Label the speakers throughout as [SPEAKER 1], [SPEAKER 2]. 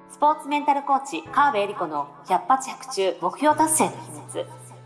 [SPEAKER 1] スポーツメンタルコーチ川辺恵理子の百発百中目標達成の秘密。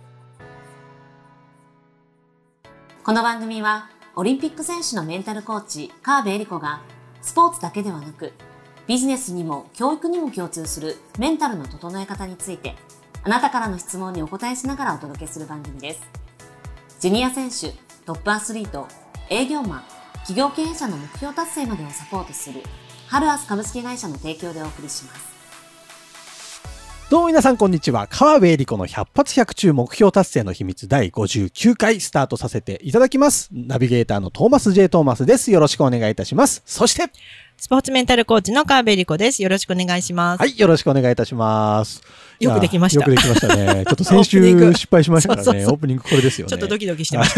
[SPEAKER 1] この番組はオリンピック選手のメンタルコーチ川辺恵理子がスポーツだけではなくビジネスにも教育にも共通するメンタルの整え方についてあなたからの質問にお答えしながらお届けする番組です。ジュニア選手、トップアスリート、営業マン、企業経営者の目標達成までをサポートするハルアス株式会社の提供でお送りします。
[SPEAKER 2] どうも皆さんこんにちは。川辺恵理子の百発百中目標達成の秘密第59回スタートさせていただきます。ナビゲーターのトーマス J トーマスです。よろしくお願いいたします。そして
[SPEAKER 3] スポーツメンタルコーチの川辺恵理子です。よろしくお願いします。
[SPEAKER 2] はい、よろしくお願いいたします。
[SPEAKER 3] よくできました。
[SPEAKER 2] よくできましたね。ちょっと先週失敗しましたからね。オープニングこれですよね。
[SPEAKER 3] ちょっとドキドキしてました。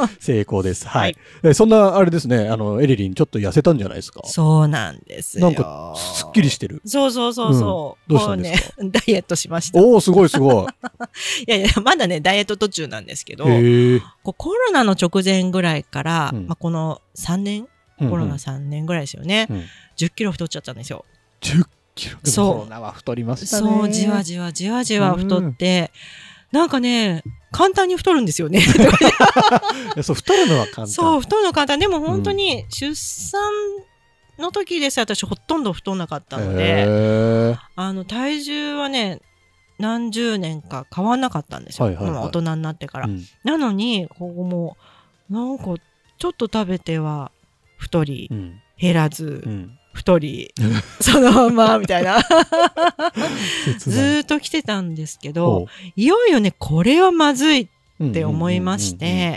[SPEAKER 2] 成功です。はい。そんなあれですね。エリリンちょっと痩せたんじゃないですか。
[SPEAKER 3] そうなんですよ。
[SPEAKER 2] なんかすっきりしてる。
[SPEAKER 3] そう。
[SPEAKER 2] どうしたんですか。
[SPEAKER 3] もうね、ダイエットしました。
[SPEAKER 2] おお、すごいすごい。
[SPEAKER 3] いやまだねダイエット途中なんですけど、コロナの直前ぐらいから、この3年。コロナ3年ぐらいですよね、10キロ太っちゃったんですよ。
[SPEAKER 2] 10キロ。でもコロナは太りましたね。
[SPEAKER 3] そうじわじわ太って、なんかね簡単に太るんですよね。
[SPEAKER 2] そう太るのは簡単。
[SPEAKER 3] そう太るの簡単。でも本当に出産の時です私ほとんど太んなかったので、体重はね何十年か変わんなかったんですよ、大人になってから、なのにここもなんかちょっと食べては太り、減らず、太り、そのままみたいなずーっと来てたんですけど、いよいよねこれはまずいって思いまして、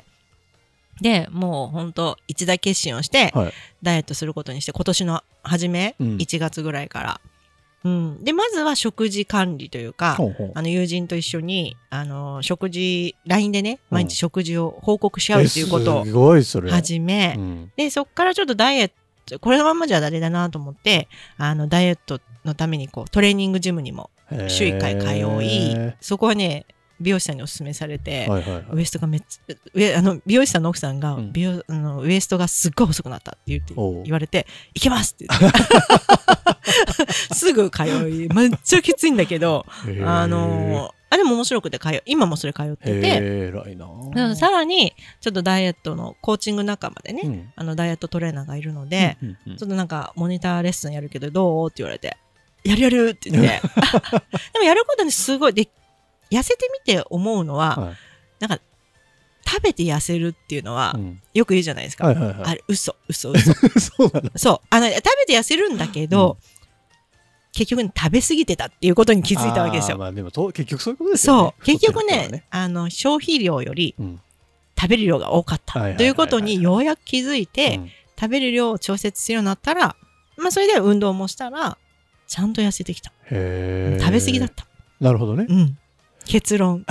[SPEAKER 3] でもう本当一大決心をして、ダイエットすることにして、今年の初め、1月ぐらいから、でまずは食事管理というか、友人と一緒に食事 LINE でね毎日食事を報告し合うということを始め、でそこからちょっとダイエットこれのままじゃダメだなと思って、ダイエットのためにトレーニングジムにも週1回通い、そこはね美容師さんにおすすめされて、ウエストがめっちゃ美容師さんの奥さんが、ウエストがすっごい細くなったって言われていけますって言ってすぐ通い、めっちゃきついんだけど、でも面白くて今もそれ通ってて、
[SPEAKER 2] 偉いな。
[SPEAKER 3] さらにちょっとダイエットのコーチング仲間でね、ダイエットトレーナーがいるので、ちょっとなんかモニターレッスンやるけどどうって言われて、やるって言ってでもやることにすごいで痩せてみて思うのは、なんか食べて痩せるっていうのは、よく言うじゃないですか。あれ嘘そうなの。そう食べて痩せるんだけど、結局、食べ過ぎてたっていうことに気づいたわけですよ。
[SPEAKER 2] でも結局そういうことですよね。
[SPEAKER 3] そう結局ね消費量より食べる量が多かったということにようやく気づいて、食べる量を調節するようになったら、それで運動もしたらちゃんと痩せてきた。食べ過ぎだった。
[SPEAKER 2] なるほどね。
[SPEAKER 3] 結論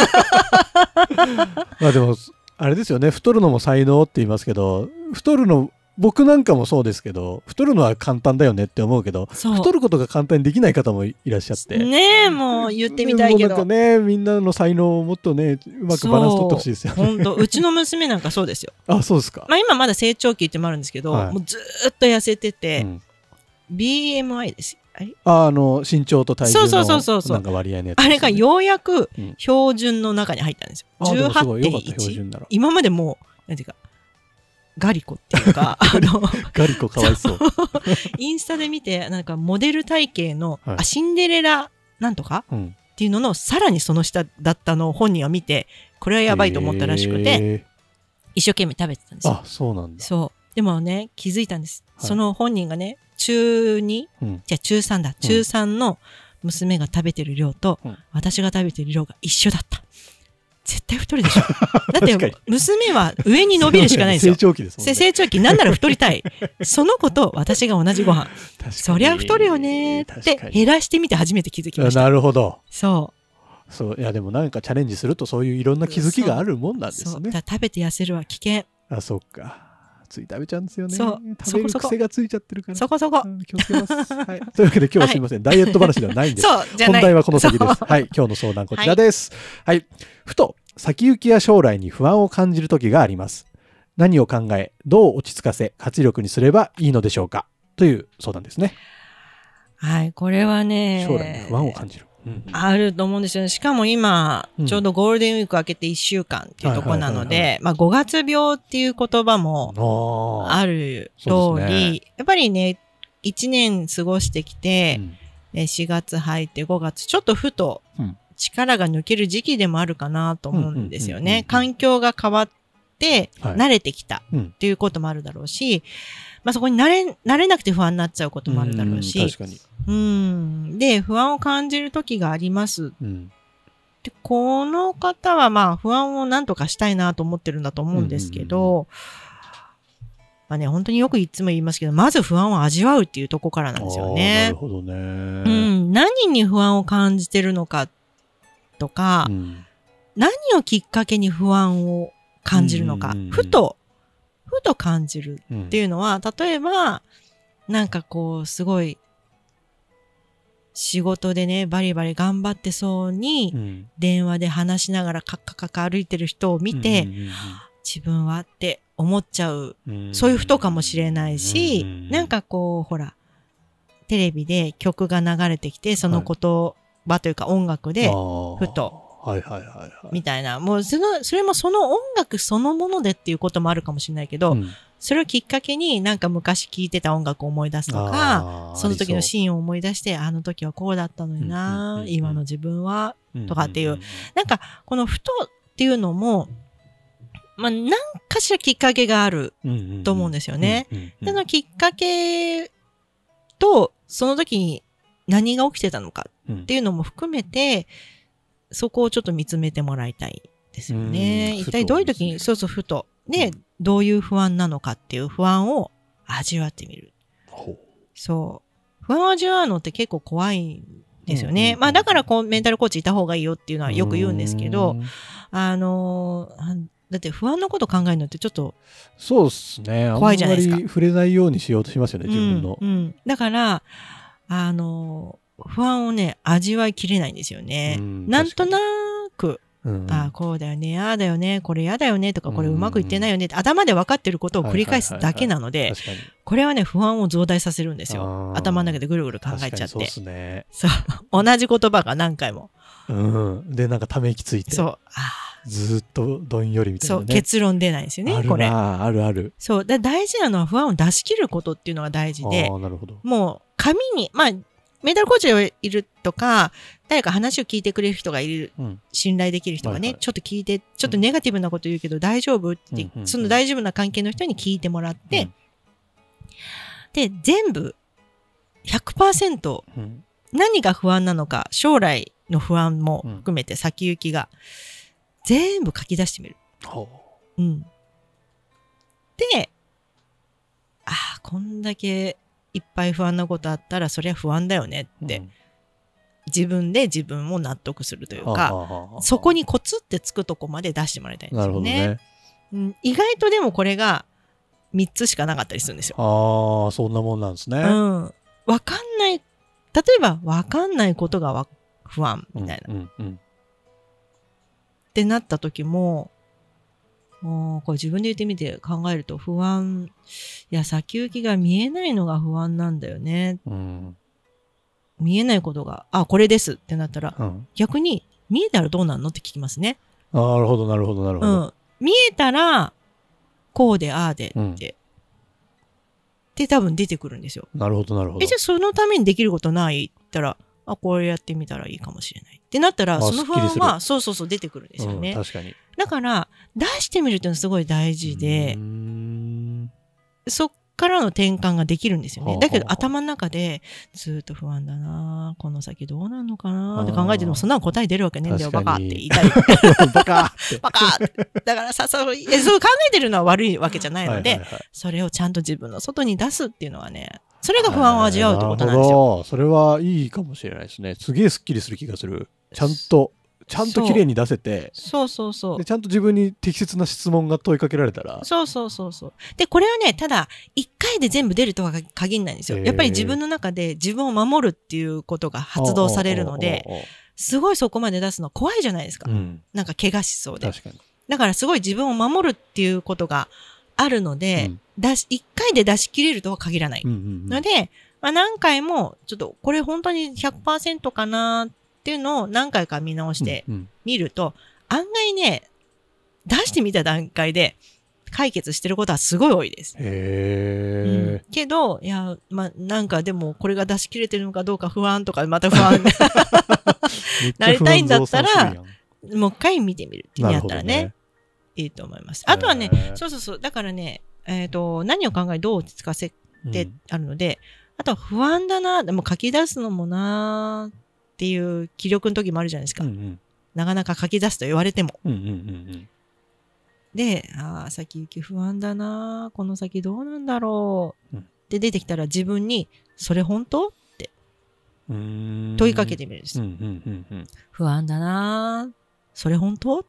[SPEAKER 2] でもあれですよね、太るのも才能って言いますけど、太るの僕なんかもそうですけど、太るのは簡単だよねって思うけど、太ることが簡単にできない方もいらっしゃって
[SPEAKER 3] ね。もう言ってみたいけど、
[SPEAKER 2] なんかね、みんなの才能をもっとねうまくバランス取ってほしいですよね。
[SPEAKER 3] 本当うちの娘なんかそうですよ。
[SPEAKER 2] そうですか。
[SPEAKER 3] 今まだ成長期ってもあるんですけど、もうずーっと痩せてて、BMI です。
[SPEAKER 2] 身長と体重のなんか割合のやつ、
[SPEAKER 3] あれがようやく標準の中に入ったんですよ。18.1。今までもうなんていうかガリコっていうか
[SPEAKER 2] ガリコかわいそう。
[SPEAKER 3] インスタで見てなんかモデル体型の、シンデレラなんとか、っていうののさらにその下だったのを本人は見て、これはやばいと思ったらしくて、一生懸命食べてたんですよ。
[SPEAKER 2] そうなんだ。
[SPEAKER 3] そうでもね気づいたんです、その本人がね中2、じゃあ中3だ、中3の娘が食べてる量と、私が食べてる量が一緒だった。絶対太るでしょ。だって娘は上に伸びるしかないんですよ。
[SPEAKER 2] 成長期ですもんね。
[SPEAKER 3] 成長期なんなら太りたい。その子と私が同じご飯。そりゃ太るよねって減らしてみて初めて気づきました。
[SPEAKER 2] なるほど。
[SPEAKER 3] そう
[SPEAKER 2] いやでもなんかチャレンジするとそういういろんな気づきがあるもんなんですね。
[SPEAKER 3] 食べて痩せるは危険。
[SPEAKER 2] そっか。つい食べちゃうんですよね。
[SPEAKER 3] 食
[SPEAKER 2] べる癖がついちゃってるから。
[SPEAKER 3] そこ
[SPEAKER 2] 気をつけます。というわけで今日はすみません、ダイエット話ではないんです。本題はこの先です。今日の相談こちらです。ふと先行きや将来に不安を感じる時があります。何を考え、どう落ち着かせ活力にすればいいのでしょうか、という相談ですね。
[SPEAKER 3] はい、これはね、
[SPEAKER 2] 将来に不安を感じる。
[SPEAKER 3] あると思うんですよね。しかも今、ちょうどゴールデンウィーク明けて1週間っていうところなので、5月病っていう言葉もある通り、やっぱりね、1年過ごしてきて、4月入って5月、ちょっとふと力が抜ける時期でもあるかなと思うんですよね。環境が変わって慣れてきたっていうこともあるだろうし、そこに慣れなくて不安になっちゃうこともあるだろうし、
[SPEAKER 2] 確かに。
[SPEAKER 3] で、不安を感じる時があります。で、この方は不安を何とかしたいなと思ってるんだと思うんですけど、本当によくいつも言いますけど、まず不安を味わうっていうところからなんですよね。
[SPEAKER 2] なるほどね。
[SPEAKER 3] 何に不安を感じてるのかとか、何をきっかけに不安を感じるのか、ふと感じるっていうのは、例えば、なんかこう、すごい、仕事でね、バリバリ頑張ってそうに、電話で話しながらカッカカカ歩いてる人を見て、自分はって思っちゃう、そういう人かもしれないし、なんかこう、ほら、テレビで曲が流れてきて、その言葉というか音楽で、ふと、みたいな。もうそれもその音楽そのものでっていうこともあるかもしれないけど、それをきっかけになんか昔聴いてた音楽を思い出すとか、その時のシーンを思い出して、あの時はこうだったのにな、今の自分は、とかっていう、なんかこのふとっていうのも、何かしらきっかけがあると思うんですよね。そのきっかけと、その時に何が起きてたのかっていうのも含めて、そこをちょっと見つめてもらいたいですよね。一体どういう時に、ふと。で、どういう不安なのかっていう不安を味わってみる。そう。不安を味わうのって結構怖いんですよね。だからメンタルコーチいた方がいいよっていうのはよく言うんですけど、だって不安のこと考えるのってちょっと
[SPEAKER 2] そうですね。怖いじゃないですか。あんまり触れないようにしようとしますよね、自分の。
[SPEAKER 3] だから、不安をね、味わいきれないんですよね。なんとなく、こうだよね、ああだよね、これやだよねとか、これうまくいってないよねって頭で分かってることを繰り返すだけなので、これはね、不安を増大させるんですよ。頭の中でぐるぐる考えちゃって。そうですね。そう。同じ言葉が何回も。
[SPEAKER 2] で、なんかため息ついて。そう。ずっとどんよりみたいなね。
[SPEAKER 3] そう、結論出ないんですよね、これ。
[SPEAKER 2] あるある。
[SPEAKER 3] そう。大事なのは不安を出し切ることっていうのが大事で、
[SPEAKER 2] なるほど。
[SPEAKER 3] もう、紙に、メンタルコーチがいるとか、誰か話を聞いてくれる人がいる、信頼できる人がね、ちょっと聞いて、ちょっとネガティブなこと言うけど大丈夫って、その大丈夫な関係の人に聞いてもらって、で、全部 100%、何が不安なのか、将来の不安も含めて先行きが、全部書き出してみる。で、こんだけいっぱい不安なことあったらそりゃ不安だよねって、自分で自分を納得するというか、そこにコツってつくとこまで出してもらいたいんですよね。意外とでもこれが3つしかなかったりするんですよ。
[SPEAKER 2] そんなもんなんですね。
[SPEAKER 3] わかんない、例えばわかんないことが不安みたいな。ってなった時も、これ自分で言ってみて考えると不安、いや先行きが見えないのが不安なんだよね。見えないことが、これですってなったら、逆に見えたらどうなんのって聞きますね。
[SPEAKER 2] なるほどなるほどなるほど。
[SPEAKER 3] 見えたらこうでああでって、で多分出てくるんですよ。
[SPEAKER 2] なるほどなるほど。
[SPEAKER 3] じゃあそのためにできることないって言ったら、これやってみたらいいかもしれないってなったら、その不安はそう出てくるんですよね。
[SPEAKER 2] 確かに。
[SPEAKER 3] だから出してみるっていうのはすごい大事で、そっからの転換ができるんですよね。だけど頭の中でずっと不安だな、この先どうなるのかなって考えても、そんなの答え出るわけねえんだよ、バカって言いたい。バカだからそう考えてるのは悪いわけじゃないので、それをちゃんと自分の外に出すっていうのはね、それが不安を味わうってことなんですよ。
[SPEAKER 2] それはいいかもしれないですね。すげえスッキリする気がする。ちゃんと綺麗に出せて、でちゃんと自分に適切な質問が問いかけられたら、
[SPEAKER 3] でこれはね、ただ1回で全部出るとは限らないんですよ。やっぱり自分の中で自分を守るっていうことが発動されるので、すごいそこまで出すの怖いじゃないですか。なんか怪我しそうで。だからすごい自分を守るっていうことがあるので、1回で出し切れるとは限らないので、 何回も、ちょっとこれ本当に 100% かなっていうのを何回か見直してみると、案外ね、出してみた段階で解決してることはすごい多いです。けど、いや、なんかでもこれが出し切れてるのかどうか不安とか、また不安なりたいんだったら、もう一回見てみるってやったらね、いいと思います。あとはね、そう。だからね、何を考えどう落ち着かせてあるので、あとは不安だな、でも書き出すのもなっていう気力の時もあるじゃないですか。なかなか書き出すと言われても。で、先行き不安だな、この先どうなんだろうって出てきたら自分に、それ本当って問いかけてみるんです。不安だな、それ本当？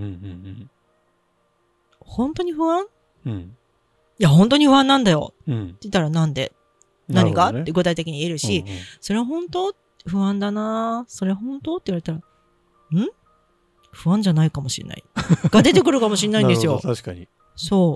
[SPEAKER 3] 本当に不安？いや、本当に不安なんだよ。って言ったらなんで？何が？って具体的に言えるし、それ本当？不安だな、それ本当？って言われたら、不安じゃないかもしれない。が出てくるかもしれないんですよ。
[SPEAKER 2] 確かに。
[SPEAKER 3] そう。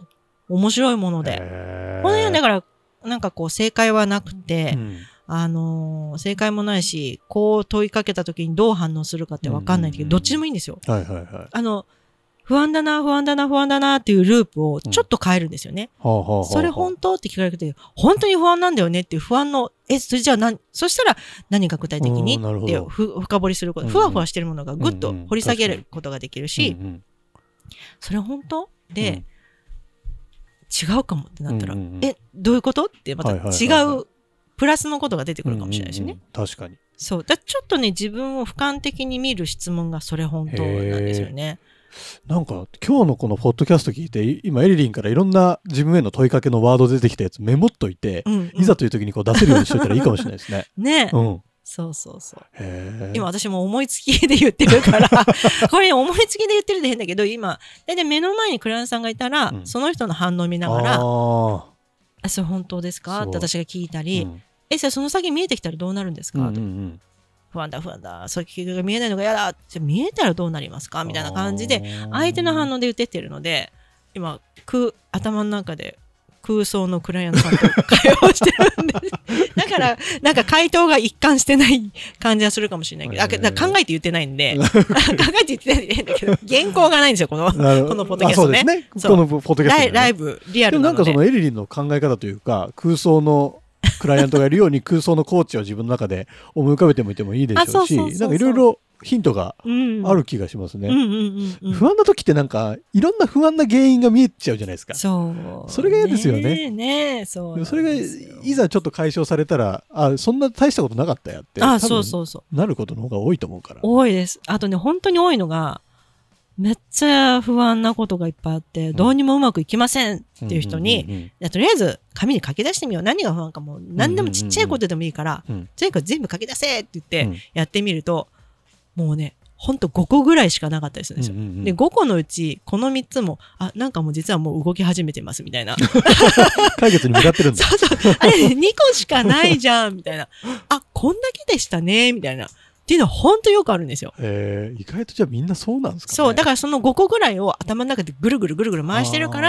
[SPEAKER 3] 面白いもので。この辺はだから、なんかこう正解はなくて、正解もないし、こう問いかけた時にどう反応するかってわかんないけど、どっちでもいいんですよ。不安だなっていうループをちょっと変えるんですよね。それ本当って聞かれて、本当に不安なんだよねっていう不安の、それじゃあそしたら何が具体的にって深掘りすること、ふわふわしてるものがぐっと掘り下げることができるし、それ本当で、違うかもってなったら、どういうことってまた違うプラスのことが出てくるかもしれないですよね。
[SPEAKER 2] 確かに。
[SPEAKER 3] そう。ちょっとね、自分を俯瞰的に見る質問がそれ本当なんですよね。
[SPEAKER 2] なんか今日のこのポッドキャスト聞いて、今エリリンからいろんな自分への問いかけのワード出てきたやつメモっといて、いざという時にこう出せるようにしといたらいいかもしれないですね。
[SPEAKER 3] ね。そう。今私も思いつきで言ってるからこれ思いつきで言ってるで変だけど、今だいたい目の前にクライアントさんがいたら、その人の反応を見ながら、それ本当ですかって私が聞いたり、その先見えてきたらどうなるんですかと。不安だ、そういう結果が見えないのが嫌だ、じゃ見えたらどうなりますかみたいな感じで相手の反応で言ってってるので、今頭の中で空想のクライアントさんと会話をしてるんでだからなんか回答が一貫してない感じはするかもしれないけど、考えて言ってないんで考えて言ってないんだけど、原稿がないんですよ、このポッドキャストね。
[SPEAKER 2] そうですね、このポッドキャスト、
[SPEAKER 3] ライブリアルなので。
[SPEAKER 2] でもなんかそのエリリンの考え方というか、空想のクライアントがいるように空想のコーチを自分の中で思い浮かべてみてもいいでしょうし、なんかいろいろヒントがある気がしますね。不安な時ってなんかいろんな不安な原因が見えちゃうじゃないですか。それが嫌ですよね。それがいざちょっと解消されたら、そんな大したことなかったやってなることの方が多いと思うから。多
[SPEAKER 3] いです。あとね、本当に多いのが、めっちゃ不安なことがいっぱいあって、どうにもうまくいきませんっていう人に、とりあえず紙に書き出してみよう。何が不安かも、何でもちっちゃいことでもいいから、とにかく全部書き出せって言ってやってみると、もうね、ほんと5個ぐらいしかなかったりするんですよ。で、5個のうち、この3つも、なんかもう実はもう動き始めてますみたいな。
[SPEAKER 2] 解決に向かってるんだ。
[SPEAKER 3] あれ、2個しかないじゃんみたいな。こんだけでしたねみたいな。っていうのは本当よくあるんですよ。
[SPEAKER 2] 意外とじゃあみんなそうなんですかね。
[SPEAKER 3] そう、だからその5個ぐらいを頭の中でぐるぐる回してるから、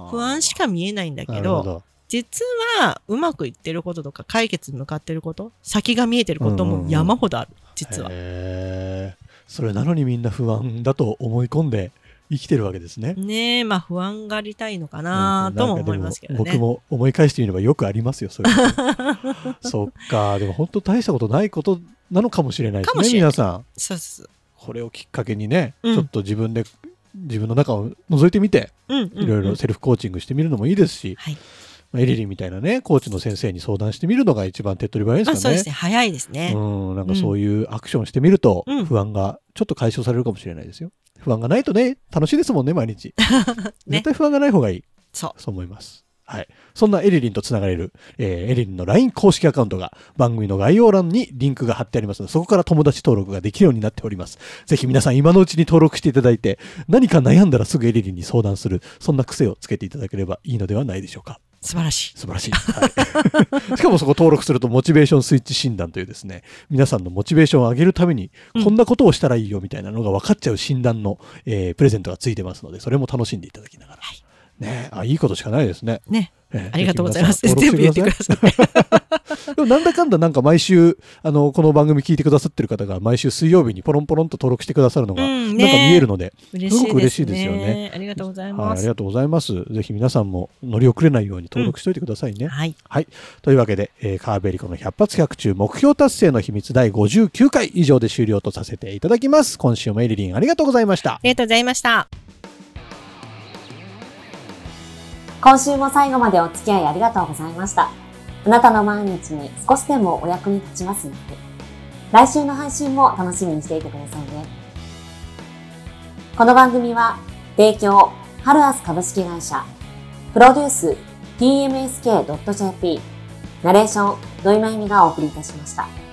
[SPEAKER 3] 不安しか見えないんだけど、実はうまくいってることとか解決に向かってること、先が見えてることも山ほどある、実は。
[SPEAKER 2] それなのにみんな不安だと思い込んで生きてるわけですね。
[SPEAKER 3] ねえ、不安がありたいのかなとも思いますけどね。
[SPEAKER 2] 僕も思い返してみればよくありますよ、そういうそっか、でも本当大したことないことなのかもしれないですね、皆さん。これをきっかけにね、ちょっと自分の中を覗いてみて、いろいろセルフコーチングしてみるのもいいですし、エリリンみたいなね、コーチの先生に相談してみるのが一番手っ取り早いですかね。
[SPEAKER 3] そうですね、早いですね。
[SPEAKER 2] なんかそういうアクションしてみると、不安がちょっと解消されるかもしれないですよ。不安がないとね、楽しいですもんね、毎日。絶対不安がない方がいい。そう思います。はい。そんなエリリンとつながれる、エリリンの LINE 公式アカウントが番組の概要欄にリンクが貼ってありますので、そこから友達登録ができるようになっております。ぜひ皆さん今のうちに登録していただいて、何か悩んだらすぐエリリンに相談する、そんな癖をつけていただければいいのではないでしょうか。
[SPEAKER 3] 素晴らしい。
[SPEAKER 2] はい、しかもそこ登録するとモチベーションスイッチ診断というですね、皆さんのモチベーションを上げるためにこんなことをしたらいいよみたいなのが分かっちゃう診断の、プレゼントがついてますので、それも楽しんでいただきながら、 ね、いいことしかないですね。
[SPEAKER 3] ね。ありがとうございます。全部言ってくださって。
[SPEAKER 2] でもなんだかんだなんか毎週、この番組聞いてくださってる方が毎週水曜日にポロンポロンと登録してくださるのが、なんか見えるので、すごく嬉しいですよね。
[SPEAKER 3] ありがとうございます。
[SPEAKER 2] はい、ありがとうございます。ぜひ皆さんも乗り遅れないように登録しておいてくださいね。
[SPEAKER 3] はい。
[SPEAKER 2] はい。というわけで、川辺理子の百発百中目標達成の秘密第59回以上で終了とさせていただきます。今週もエリリンありがとうございました。
[SPEAKER 3] ありがとうございました。
[SPEAKER 1] 今週も最後までお付き合いありがとうございました。あなたの毎日に少しでもお役に立ちますように。来週の配信も楽しみにしていてくださいね。この番組は提供ハルアス株式会社、プロデュース tmsk.jp、ナレーション土井真由美がお送りいたしました。